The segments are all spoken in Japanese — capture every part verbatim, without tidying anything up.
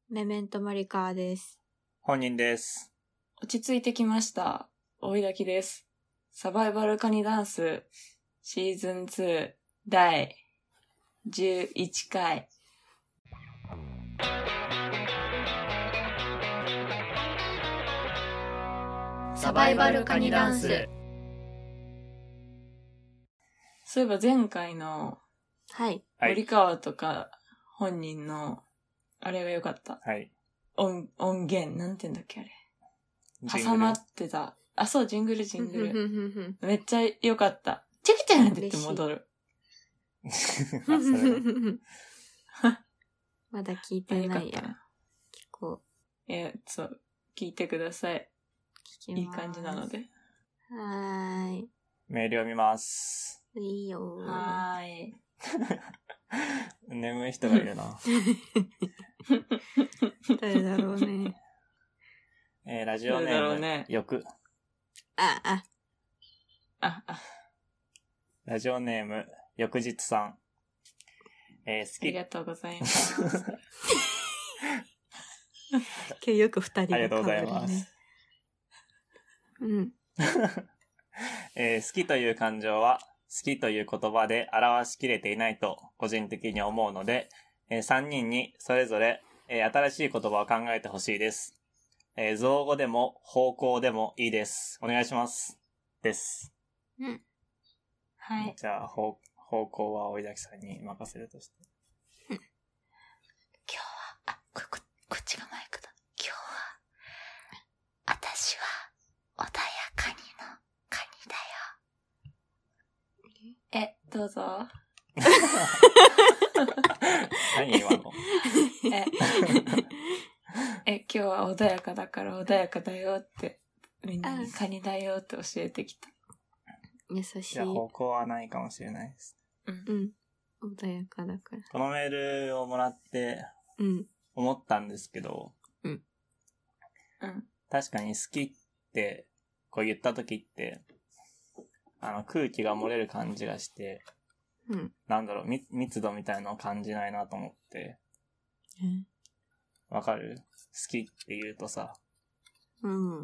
メメントモリカーです。 本人です。 落ち着いてきました。追いだきです。サバイバルカニダンスシーズンツーだいじゅういっかい。 サバイバルカニダンス。 そういえば前回のはい。 森川とか本人のあれが良かった。 はい。 音、音源、なんて言うんだっけあれ。挟まってた。あ、そう、ジングルジングル。めっちゃ良かった。チキちゃんって言って戻る。 まだ聞いてないや。聞こう。 えー、そう、聞いてください。聞きます。いい感じなので。 はーい。 メール読みます。 いいよー。 はーい。 眠い人がいるな。 誰だろうね。 えー、ラジオネーム、ね、よく。 あ、あ。 あ、あ。 ラジオネーム、翌日さん。えー、好き。 ありがとうございます。 今日よく二人が被るね。 ありがとうございます。 うん。 えー、好きという感情は、好きという言葉で表しきれていないと個人的に思うので、えー、さんにんにそれぞれ、えー、新しい言葉を考えてほしいです。えー、造語でも方向でもいいです。お願いします。です。 うん。 はい。 じゃあ、方、方向は追いだきさんに任せるとして。 うん、今日は、あ、こ、こ、こっちがマイクだ。今日は、私は穏やかにのカニだよ。え、どうぞ。 何今のええ、今日は穏やかだから穏やかだよって、みんなにカニだよって教えてきた。 優しい。 じゃあ方向はないかもしれないです。 うん。 うん。穏やかだから。 このメールをもらって、 うん。 思ったんですけど、 うん。 うん。 確かに好きって、こう言った時って、あの空気が漏れる感じがして、 うん。 なんだろう、み密度みたいなのを感じないなと思って。わかる？好きって言うとさ、 うん。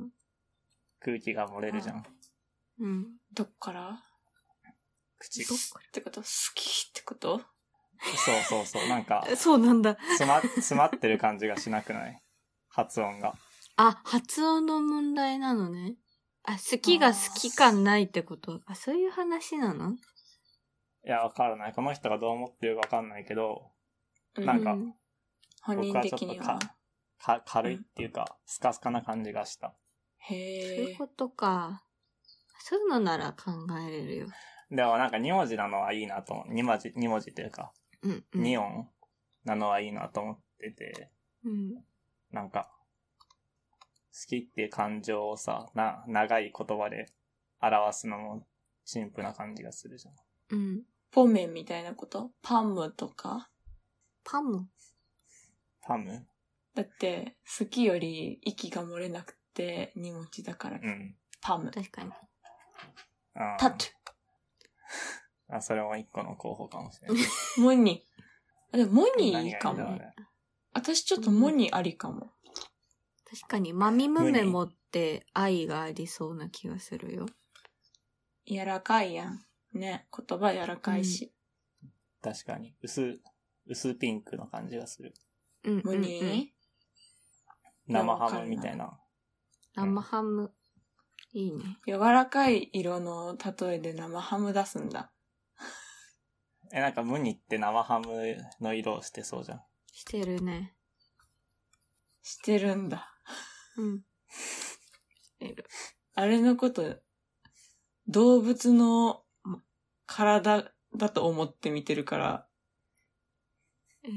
空気が漏れるじゃん。 うん。 どっから口。 どっからってこと好きってことそうそうそう。なんか、 そうなんだ。 詰ま、詰まってる感じがしなくない？発音が。 あ、発音の問題なのね。あ、好きが好き感ないってこと？あ、そういう話なの？ いや、わからない。この人がどう思ってるかわかんないけど、なんか、うん、 本人的にはか軽いっていうか、うん、スカスカな感じがした。 へえ。 そういうことか。そういうのなら考えれるよ。 でもなんかに文字なのはいいなと思う。に文字、に文字っていうか、 うんうん、 に音なのはいいなと思ってて、 うん、 なんか、好きっていう感情をさ、な、長い言葉で表すのも陳腐な感じがするじゃん。 うん。 ポメみたいなこと？パムとか？ パム？ パム？ だって、好きより息が漏れなくてに文字だから。 うん。 パム。 確かに。 タッチ。 あ、それも一個の候補かもしれない。 モニ。あ、でもモニいいかも。私ちょっとモニありかも。 確かに、マミムメモって愛がありそうな気がするよ。 柔らかいやん。ね、言葉柔らかいし。 うん、確かに。薄、薄ピンクの感じがする。 うん。 モニー生ハムみたいな。 生ハム。いいね。 柔らかい色の例えで生ハム出すんだ。 え、なんかムニって生ハムの色をしてそうじゃん。 してるね。 してるんだ。 うん。 あれのこと、動物の体だと思って見てるから。 え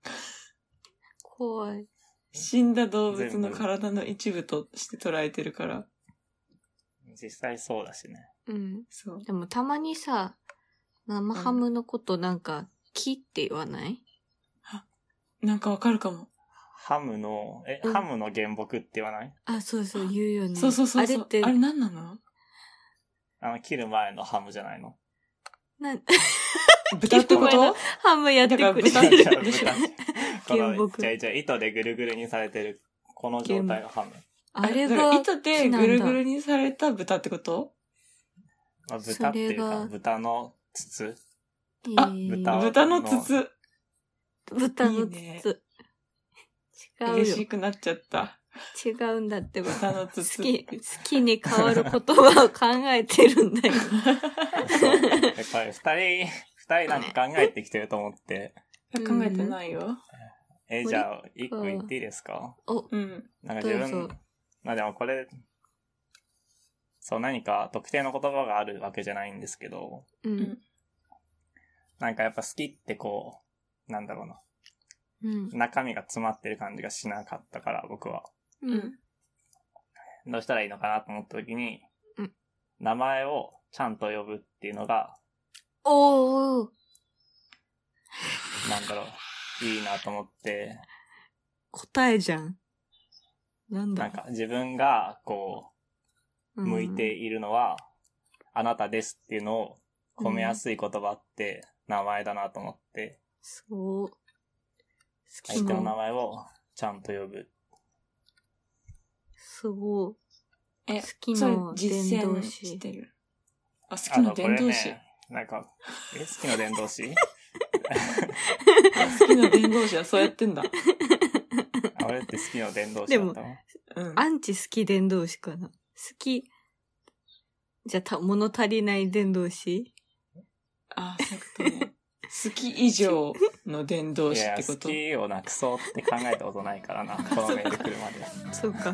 怖い。 死んだ動物の体の一部として捉えてるから。 実際そうだしね。 うん。 そう。 でもたまにさ、生ハムのことなんか、木って言わない？ あ、なんかわかるかも。 ハムの、え、うん、ハムの原木って言わない？ あ、そうそう、言うよね。 そうそうそうそう。 あれって、 あれ何なの？ あの、切る前のハムじゃないの？ な、 豚ってこと？ ハムやってくれてる。 豚、豚。 この、 原木じゃじゃ糸でぐるぐるにされてる、この状態がハム。 あれだからが糸でぐるぐるにされた豚ってこと？ まあ、豚っていうか、 それが豚の筒。 あ豚豚の筒。 豚のいいね筒。違うよ。 嬉しくなっちゃった。 違うんだって。 豚の筒。 好き、好きに変わる言葉を考えてるんだよ。 そう。でこれ二人、二人なんか考えてきてると思って。 考えてないよ。 え、じゃあ、一個言っていいですか？ お、 うん。 なんか自どうぞ分、まあでもこれ、そう何か特定の言葉があるわけじゃないんですけど、 うん。 なんかやっぱ好きってこう、なんだろうな。 うん。 中身が詰まってる感じがしなかったから、僕は。 う。 うんん。 どうしたらいいのかなと思った時に、 うん名前をちゃんと呼ぶっていうのが、 おー。 なんだろう、いいなと思って、 答えじゃん。なんだなんか自分がこう、向いているのは、あなたですっていうのを込めやすい言葉って名前だなと思って、 そう。好き相手の名な。 前をちゃんと呼ぶ。 すごい。 え、 好きそれの実践伝道師してる。あ、好きの伝道師。 あのこれね、なんか、え、好きの伝道師好きの伝道師はそうやってんだ。 あ俺って好きの伝道師だったの？ うん。 アンチ好き伝道師かな。好き、じゃあた、物足りない伝道師あ、そういうことね。好き以上の伝道いや、 師ってこと？ 好きをなくそうって考えたことないからな、このメール来るまで。 そうか。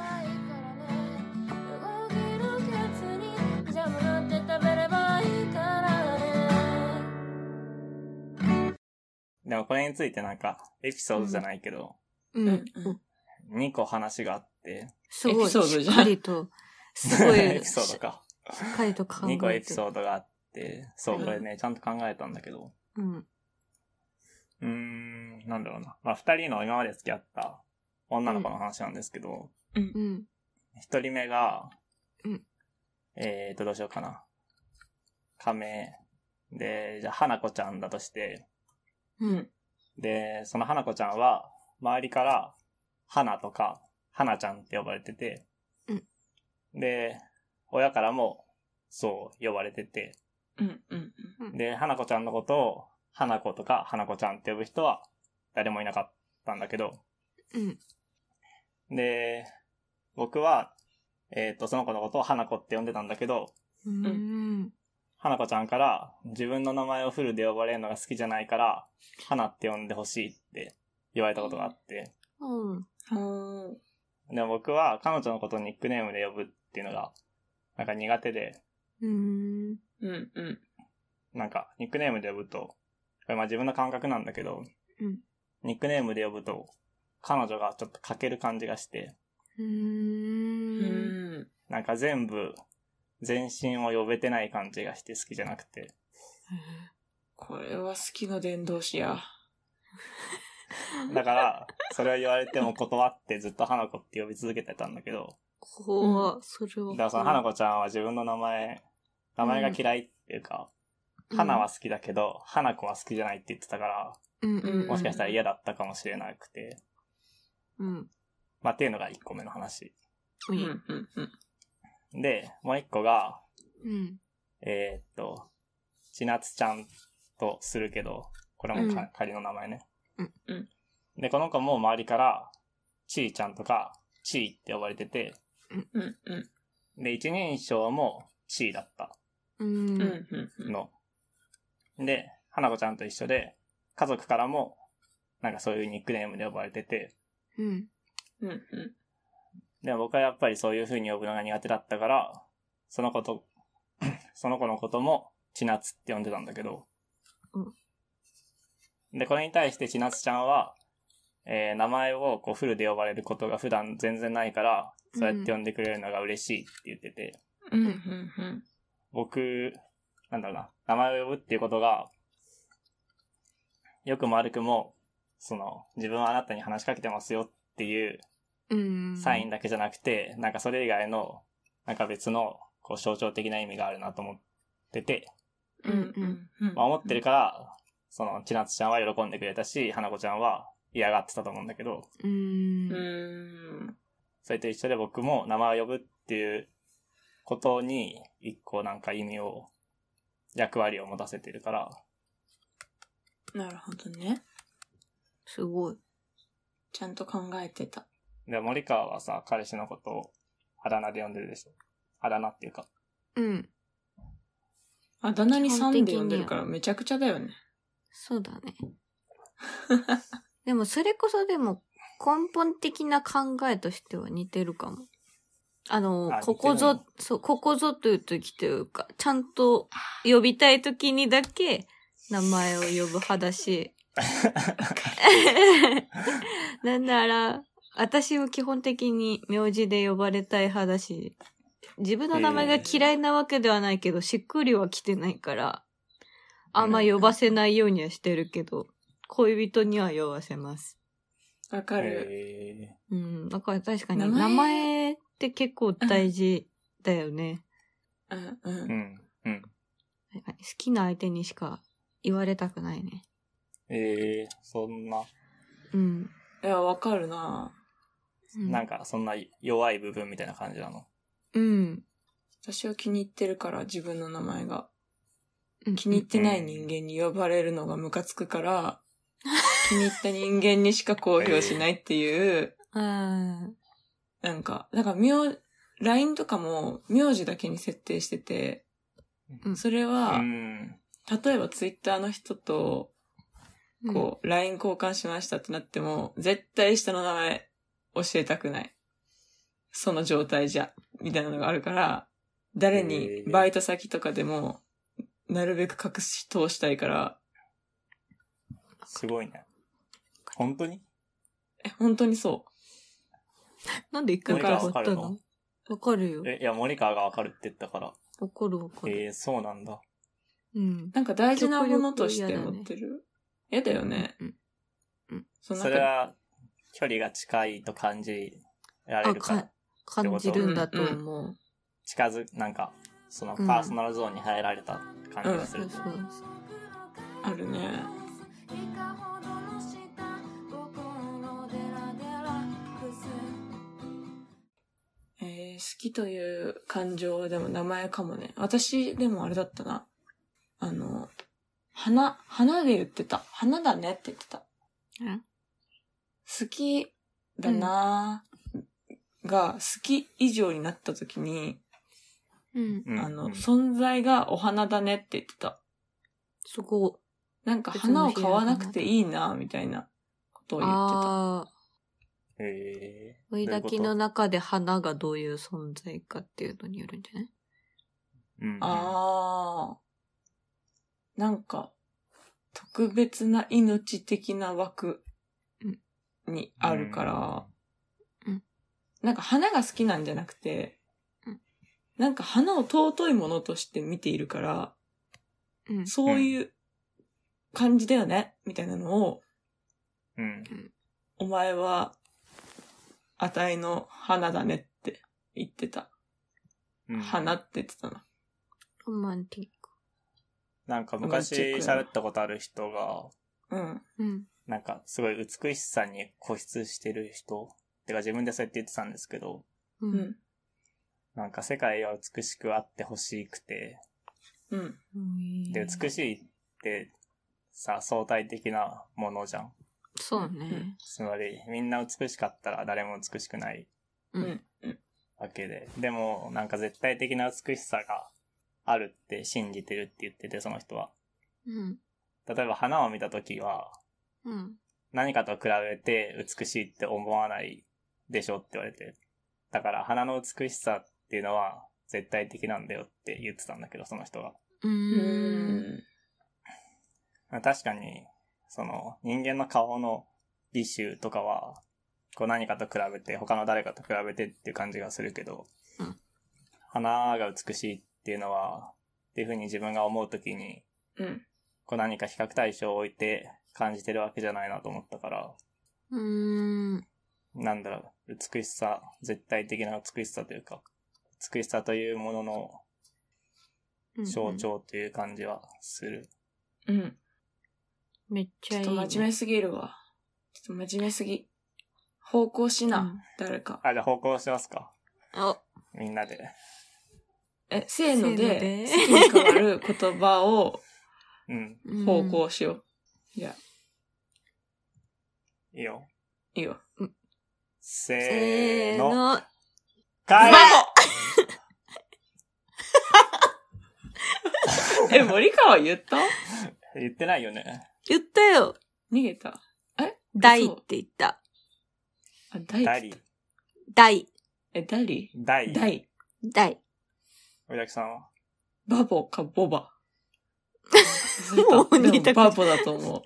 でもこれについてなんか、エピソードじゃないけど、 ううんん。 うん。 にこ話があって、 すごい。 エピソードじゃんしっかりと、すごい、 エピソードか。 しっかりと考えて。 にこエピソードがあって、そう、 うんこれね、ちゃんと考えたんだけど、 うん。 うーん、なんだろうな。まあ、二人の今まで付き合った女の子の話なんですけど、 うん。 一、人目が、 うんえーと、どうしようかな。亀。で、じゃあ、花子ちゃんだとして、 うん。 で、その花子ちゃんは、周りから、花とか、花ちゃんって呼ばれてて、 うんで、親からも、そう呼ばれてて、 うんうんで、花子ちゃんのことを、花子とか花子ちゃんって呼ぶ人は、誰もいなかったんだけど、 うん。 で、僕は、えっ、と、その子のことを花子って呼んでたんだけど、 うん。 花子ちゃんから自分の名前をフルで呼ばれるのが好きじゃないから、花って呼んでほしいって言われたことがあって、 うん。 うん。うん。 でも僕は彼女のことをニックネームで呼ぶっていうのが、なんか苦手で、 うん。 うんうん。 なんかニックネームで呼ぶと、これまあ自分の感覚なんだけど、 うんニックネームで呼ぶと、彼女がちょっと欠ける感じがして、 う。 うんん。 なんか全部、全身を呼べてない感じがして好きじゃなくて。 これは好きの伝道師や。 だから、それを言われても断ってずっと花子って呼び続けてたんだけど、 怖っ、それは。 だからその花子ちゃんは自分の名前、名前が嫌いっていうか、花は好きだけど、花子は好きじゃないって言ってたから、 うんうん。 もしかしたら嫌だったかもしれなくて、 うん。 まあっていうのがいっこめの話。 う。 うんんうんうん。 で、もういっこが、 うん。 えーっと、ちなつちゃんとするけど、これもか、 うん仮の名前ね。 うんうんで、この子も周りから、ちーちゃんとか、ちーって呼ばれてて、 うんうん。 で、一人称もちーだったうん。 うんうんうん。 の。で、花子ちゃんと一緒で、家族からも、なんかそういうニックネームで呼ばれてて、 うん。 うんうん。 でも僕はやっぱりそういう風に呼ぶのが苦手だったから、その子と、その子のことも、ちなつって呼んでたんだけど、で、これに対してちなつちゃんは、えー、名前をこうフルで呼ばれることが普段全然ないから、そうやって呼んでくれるのが嬉しいって言ってて、 うんうんうん。 僕、なんだろうな、名前を呼ぶっていうことが、よくも悪くも、その、自分はあなたに話しかけてますよっていううん。 サインだけじゃなくて、なんかそれ以外の、なんか別の、こう象徴的な意味があるなと思ってて、 うんうんうん。 まあ思ってるから、その、ちなつちゃんは喜んでくれたし、花子ちゃんは嫌がってたと思うんだけど、 うーん。 うーん。 それと一緒で僕も名前を呼ぶっていうことに一個なんか意味を、役割を持たせてるから。 なるほどね。 すごい。 ちゃんと考えてた。 で、森川はさ、彼氏のことをあだ名で呼んでるでしょ。あだ名っていうか。 うん。 あだ名にさんで呼んでるからめちゃくちゃだよね。 そうだね。でもそれこそでも根本的な考えとしては似てるかも。あの、 あここぞ、そう、ここぞという時というか、ちゃんと呼びたい時にだけ名前を呼ぶ派だし。なんなら、私も基本的に名字で呼ばれたい派だし、自分の名前が嫌いなわけではないけど、しっくりは来てないから、あんま呼ばせないようにはしてるけど、恋人には呼ばせます。 わかる。 えうん。だから確かに名前名前って結構大事だよね。 うんう。 ー、うんん、うん。 好きな相手にしか言われたくないね。 えー、そんな、 うん。 いや、わかるな。 うん、 なんかそんな弱い部分みたいな感じなの。 うん。 私は気に入ってるから、自分の名前が。 うん。 気に入ってない人間に呼ばれるのがムカつくから、気に入った人間にしか公表しないっていう、 あなんか、だから名、ライン とかも名字だけに設定してて、 うんそれうは、 ん。 例えば Twitter の人と、 ーこう、ライン 交換しましたってなっても、絶対下の名前教えたくない。その状態じゃ、みたいなのがあるから、誰にバイト先とかでも、なるべく隠し通したいから。 すごいね。本当に？ え、本当にそなんで一回からわかったの？わかるよ。 え、いや、森川がわかるって言ったから。 わかるわかる。 えー、そうなんだ。 うんう。。なんか大事なものとして持ってる。嫌だよね。 うん。 そのそれは、距離が近いと感じられあ、 るから。 か、感じるんだと思う。 近づ、なんか、そのパーソナルゾーンに入られた感じがする。 そうそうそう。 あるね。えー、好きという感情はでも名前かもね。私でもあれだったな。あの、花、花で言ってた。花だねって言ってた。 ん好きだなーが好き以上になった時に、 うん。 うんあの、 うん存在がお花だねって言ってた。 すごい。 なんか花を買わなくていいなみたいなことを言ってた。 ああ。 えー、 追いだきの中で花がどういう存在かっていうのによるんじゃない？ うんうん、 ああ。なんか、特別な命的な枠にあるから、 うんうんなんか花が好きなんじゃなくて、 うんなんか花を尊いものとして見ているから、 うん。 そういう感じだよね、みたいなのを、 うん。 お前は、あたいの花だねって言ってた。 うん、 花って言ってたな。 ロマンティック。 なんか昔喋ったことある人が、 うん。 うん。 なんかすごい美しさに固執してる人、てか自分でそうやって言ってたんですけど、 う。 うんん。 なんか世界は美しくあってほしくて、 うん。 で、美しいってさ、相対的なものじゃん。 そうね。 つまり、みんな美しかったら誰も美しくないう。 うんん。うん。 わけで。でも、なんか絶対的な美しさがあるって信じてるって言ってて、その人は。 うん。 例えば花を見たときは、 うん。 何かと比べて美しいって思わないでしょって言われて。だから花の美しさっていうのは絶対的なんだよって言ってたんだけど、その人が。 ううーん。 ん。 確かに、その人間の顔の美醜とかは、こう何かと比べて、他の誰かと比べてっていう感じがするけど、 うん花が美しいっていうのは、っていうふうに自分が思うときに、 うん。 こう何か比較対象を置いて感じてるわけじゃないなと思ったから、 うーん。 なんだろう、美しさ、絶対的な美しさというか、美しさというものの象徴という感じはする。 うん。 めっちゃいい、ね。 ちょっと真面目すぎるわ。 ちょっと真面目すぎ。方向しな、 うん誰か。 あ、じゃあ方向しますか。 お、 みんなで。 え、せーので、 せー好きに変わる言葉をうん。 うん方向しよう。じゃあ、 いいよ。 いいよ。 せせーーの。 の。 かいえ、森川言った？ 言ってないよね。 言ったよ。 逃げた。 大って言った。 あ、大ダリ。 大。 え、ダリダイ。 大。 大。 おやきさんはバボかボバ。 もう似たでもバボだと思う。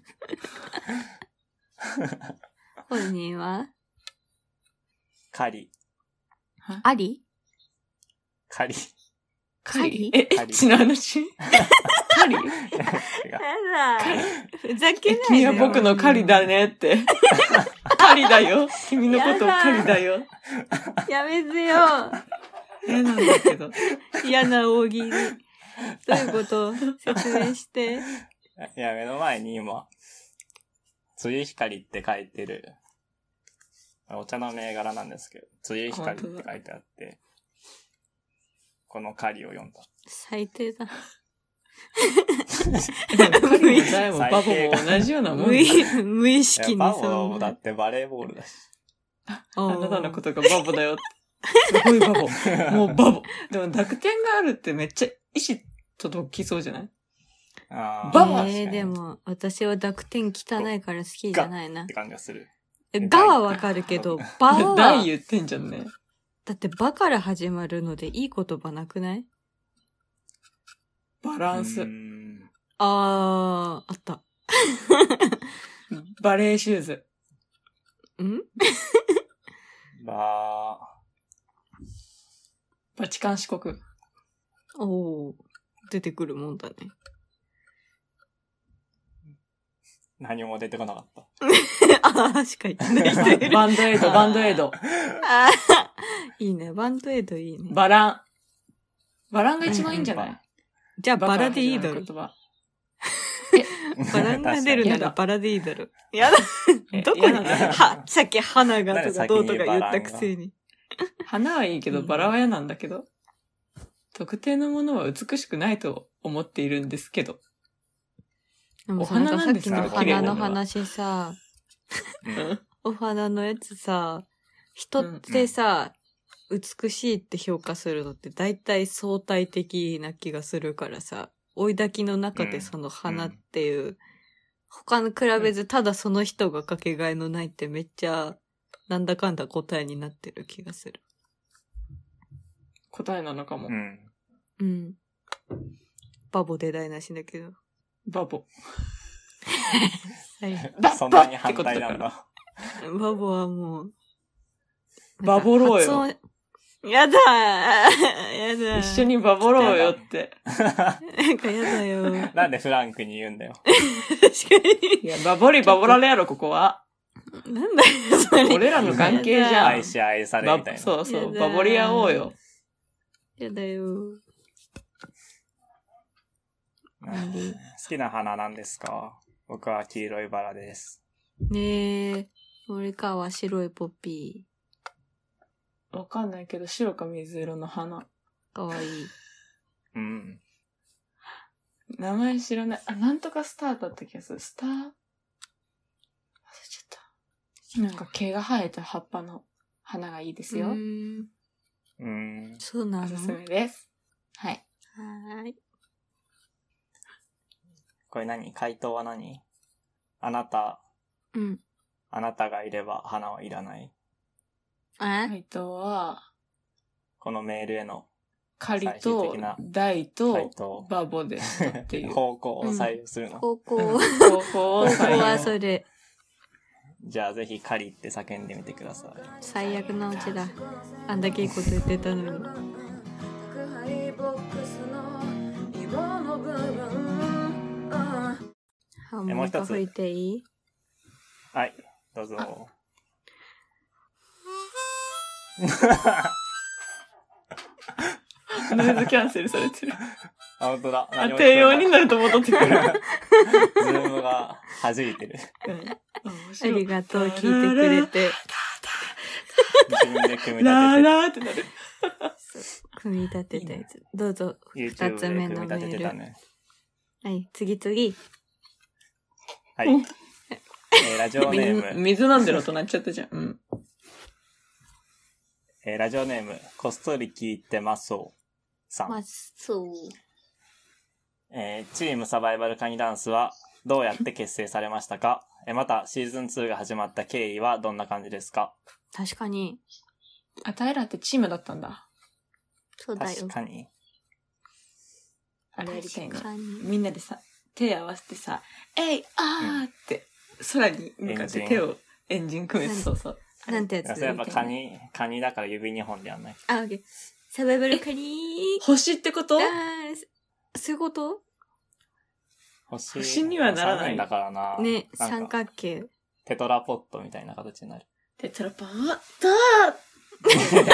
本人はカリ。 ありカリ。 カリカリえ、エッチな話カリ違う。 やだ。ふざけえ、 ないでよ。 君は僕のカリだねって。カリだよ。君のことをカリだよ。 やめてよ。 嫌なんだけど。 嫌な大喜利。どういうこと説明して。 いや、目の前に今、つゆひかりって書いてる、お茶の銘柄なんですけど、つゆひかりって書いてあって、このカリを読んだ。 最低だ。 でもカリもダイもバボも同じようなもんだ。 無意無意い識にやバそのボだってバレーボールだし。 あなたのことがバボだよって。すごいバボ。もうバボ。でも濁点があるってめっちゃ意志届きそうじゃない？ あーバボえー、でも、私は濁点汚いから好きじゃないなって。感じがする。 がはわかるけど、バは、 大言ってんじゃんね。 だってバから始まるのでいい言葉なくない？ バランスうー。んあー、あった。 バレーシューズ。 んばバチカン四国。 おー、出てくるもんだね。 何も出てこなかった。 あー、しか言ってない人いる。 バンドエイド、バンドエイド。 あーいいね。バンドエイドいいね。 バラン。バランが一番いいんじゃない？ じゃあバラでいいだろ。 ババランが出るなやだらバラでいいだろ。やだ。どこに、 やだなは、さっき花がとか何どうとか言っ先にバランがたくせに。 花はいいけど、バラは嫌なんだけど。特定のものは美しくないと思っているんですけど。 でもお花なんですかさっきの花の話さ、 うんお花のやつさ、人ってさ、美しいって評価するのって大体相対的な気がするからさ、追い焚きの中でその花っていう、他に比べずただその人がかけがえのないってめっちゃ、なんだかんだ答えになってる気がする。 答えなのかも。 うん。 うん。バボで台無しだけど。 バボ。 はい。 そんなに反対なんだ。 バボはもう。 バボろうよ。 発音やだーやだー一緒にバボろうよって。 なんかやだよ。 なんでフランクに言うんだよ。 確かいや、バボりバボられやろ、ここは。 に。なんだよ、それ。 俺らの関係じゃん愛。し愛されみたいバな。 そうそう、 やだバボり合おうよ。 やだよ。 うん好きな花なんですか？僕は黄色いバラです。 ねえ、森川白いポピわかんないけど、白か水色の花。 ー。かわいい。 うん。 名前知らない。あ、なんとかスターだった気がする。スター忘れちゃった。なんか毛が生えた葉っぱの花がいいですよ。 うーん。 うん。 そうなの？ おすすめです。はい。 はーい。 これ何？回答は何？あなた、 うん。 あなたがいれば花はいらない。 あ、 回答は、 このメールへのカリ最終と的なダイ回と答。 バボでしたっていう。 方向を採用するの。 高校。 方法高校を採用はそれ。 じゃあぜひカリって叫んでみてください。 最悪なオチだ。あんだけいいこと言ってたのに。ハーモニカ吹いていい？ はい、どうぞ。 ノイズキャンセルされてる。 あ、本当だ。 あ、低音になると戻ってくる。 ズームが弾いてる。 うん。あ面ありがとう、聞いてくれて。 自分で組みラー立ラーってなる。 組み立てたやつ。どうぞ、 てて、 二 YouTube つで目のメ組み立ててたール。 ね。 はい、次次。 はい。えーラジオネー水ム、 水飲んでる音なっちゃったじゃん。うん。 えーラジオネーム、こっそり聞いてますそうさん。 まあ、そう。 えーチームサバイバルカニダンスはどうやって結成されましたか？えーまたシーズンツーが始まった経緯はどんな感じですか？ 確かに。 あたいらってチームだったんだ。 そうだよ確。かに。 あれやりたいね確。かに。 みんなでさ、手合わせてさ、えい、あーって、空に向かって手をエンジン組めて、そうそう。 なんてやつそれやっぱカニ、カニだから指にほんでやんない。 あ、オッケー。サバイバルカニー。 星ってことあー、そういうこと星、 星にはならないさんにんだからな。 ね、 なん三か角形。 テトラポットみたいな形になる。 テトラパータ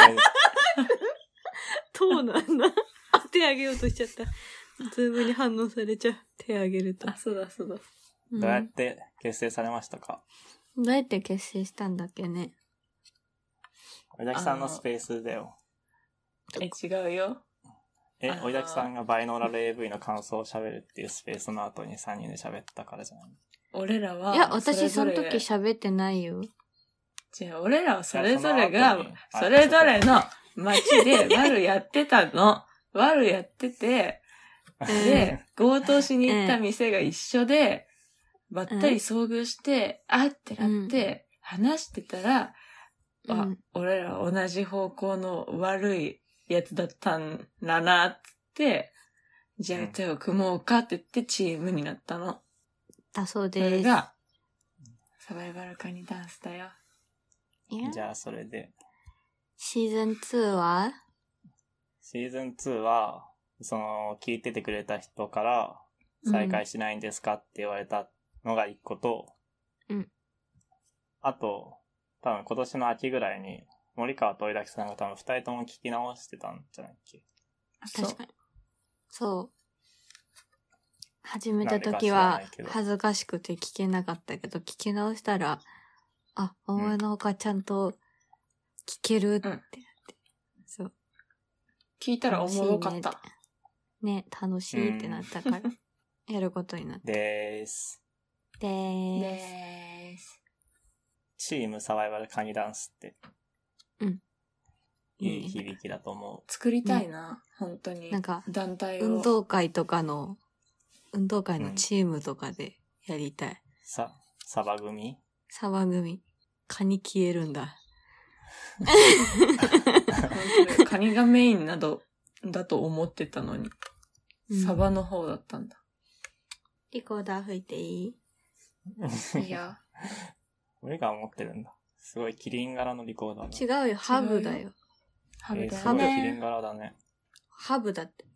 そうなんだ。あ、手あげようとしちゃった。ズームに反応されちゃう。手あげると。 あ、そうだそうだ。 うんどうやって結成されましたか？ どうやって結成したんだっけね。 おいだきさんのスペースだよ。 え、違うよ。 えあ、のーおいだきさんがバイノーラル エーブイ の感想を喋るっていうスペースの後にさんにんで喋ったからじゃない？ 俺らは、 いや、私そのれぞれ時喋ってないよ。 違う、俺らはそれぞれいやその後がに、 それぞれの街でワルやってたの。ワルやってて、で、強盗しに行った店が一緒で、ばったり遭遇して、あってなって、話してたら、あうん、 俺ら同じ方向の悪いやつだったんだな、ってって、じゃあ手を組もうかって言ってチームになったの。 だそうそれです。 が、サバイバルカニダンスだよ。 いやじゃあそれで。 シーズンツーはシーズンツーは、その、聞いててくれた人から、再開しないんですかって言われたのが一個と、 うん。 あと、多分今年の秋ぐらいに、森川とおいだきさんが多分二人とも聞き直してたんじゃないっけ？ 確かに。そう。始めた時なんでか知らはないけど恥ずかしくて聞けなかったけど、聞き直したら、あ、思いのほかちゃんと聞けるってなって。そう。 聞いたらおもろかった。 ね、楽しいってなったから、やることになって。 でーす。 でーす。 でーす。 チームサバイバルカニダンスって。 うん。 いい響きだと思作りたいな、本当に。 なんか団体を。 運動会とかの、運動会のチームとかでやりたい。 う。さ、サバ組サバ組。カニ消えるんだ。 本当にカニがメインなど、だと思ってたのに。 うんサバの方だったんだ。 リコーダー吹いていいいや。 俺が思ってるんだ。すごいキリン柄のリコーダーだ。 違うよ、ハブだよ。 ハブだえーすごいよキリンね。 柄だね。 ハブだって。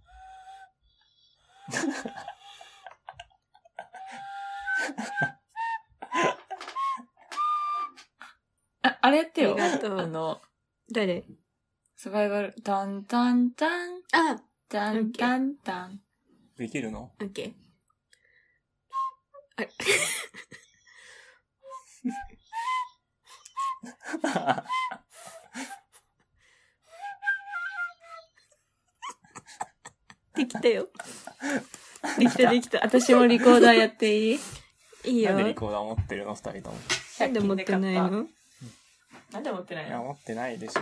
あ、あれやってよ。 ありがとうあの、 誰サバイバル、タンタンタン、 あ、 タンタンタン。 できるの？ オッケー。あれできたよ。できたできた。 私もリコーダーやっていい？ いいよ。 なんでリコーダー持ってるの二人とも。 なんで持ってないの？ なんで持ってないいや、 の？ 持ってないでしょ。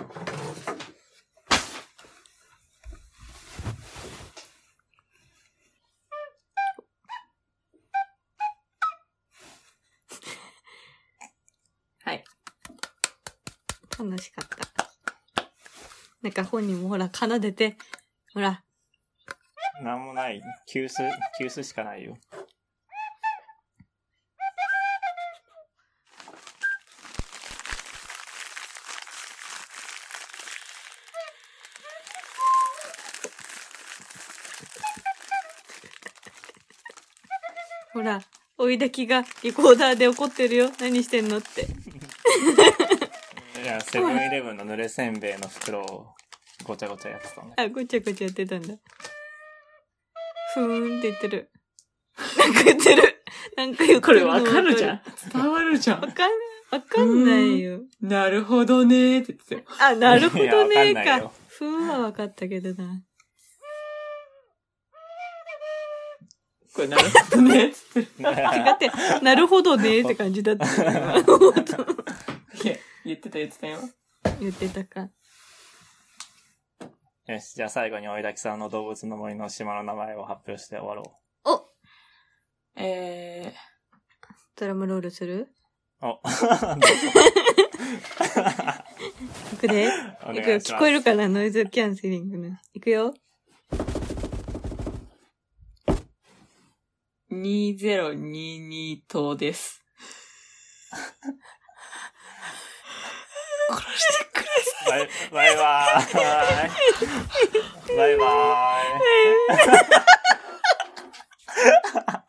はい。 楽しかった。なんか本人もほら、奏でて、ほら、 なんもない。急須、急須しかないよ。 ほら、追いだきがリコーダーで怒ってるよ。何してんのって。 いや、セブンイレブンの濡れせんべいの袋をごちゃごちゃやってたんだ。 あ、ごちゃごちゃやってたんだ。ふーんって言ってる。なんか言ってる。 なんか言ってこれるのわかるじゃん。伝わるじゃん。 わかんない。わかんないよ。 なるほどねーって言ってたよ。 あ、なるほどねいやわかんないーかよ。 ふんはわかったけどな。 これなるほどねーって言ってる。 違って、なるほどねーって感じだった。 いや、言ってた言ってたよ。 言ってたか。 よし、じゃあ最後に追いだきさんの動物の森の島の名前を発表して終わろおえドラムロールするう。お、 いくでおいくよ。 願いします。 聞こえるかなノイズキャンセリングの。いくよ。 ー、にせんにじゅうに島です。殺してください。 バイバイバーイ。バイバーイ。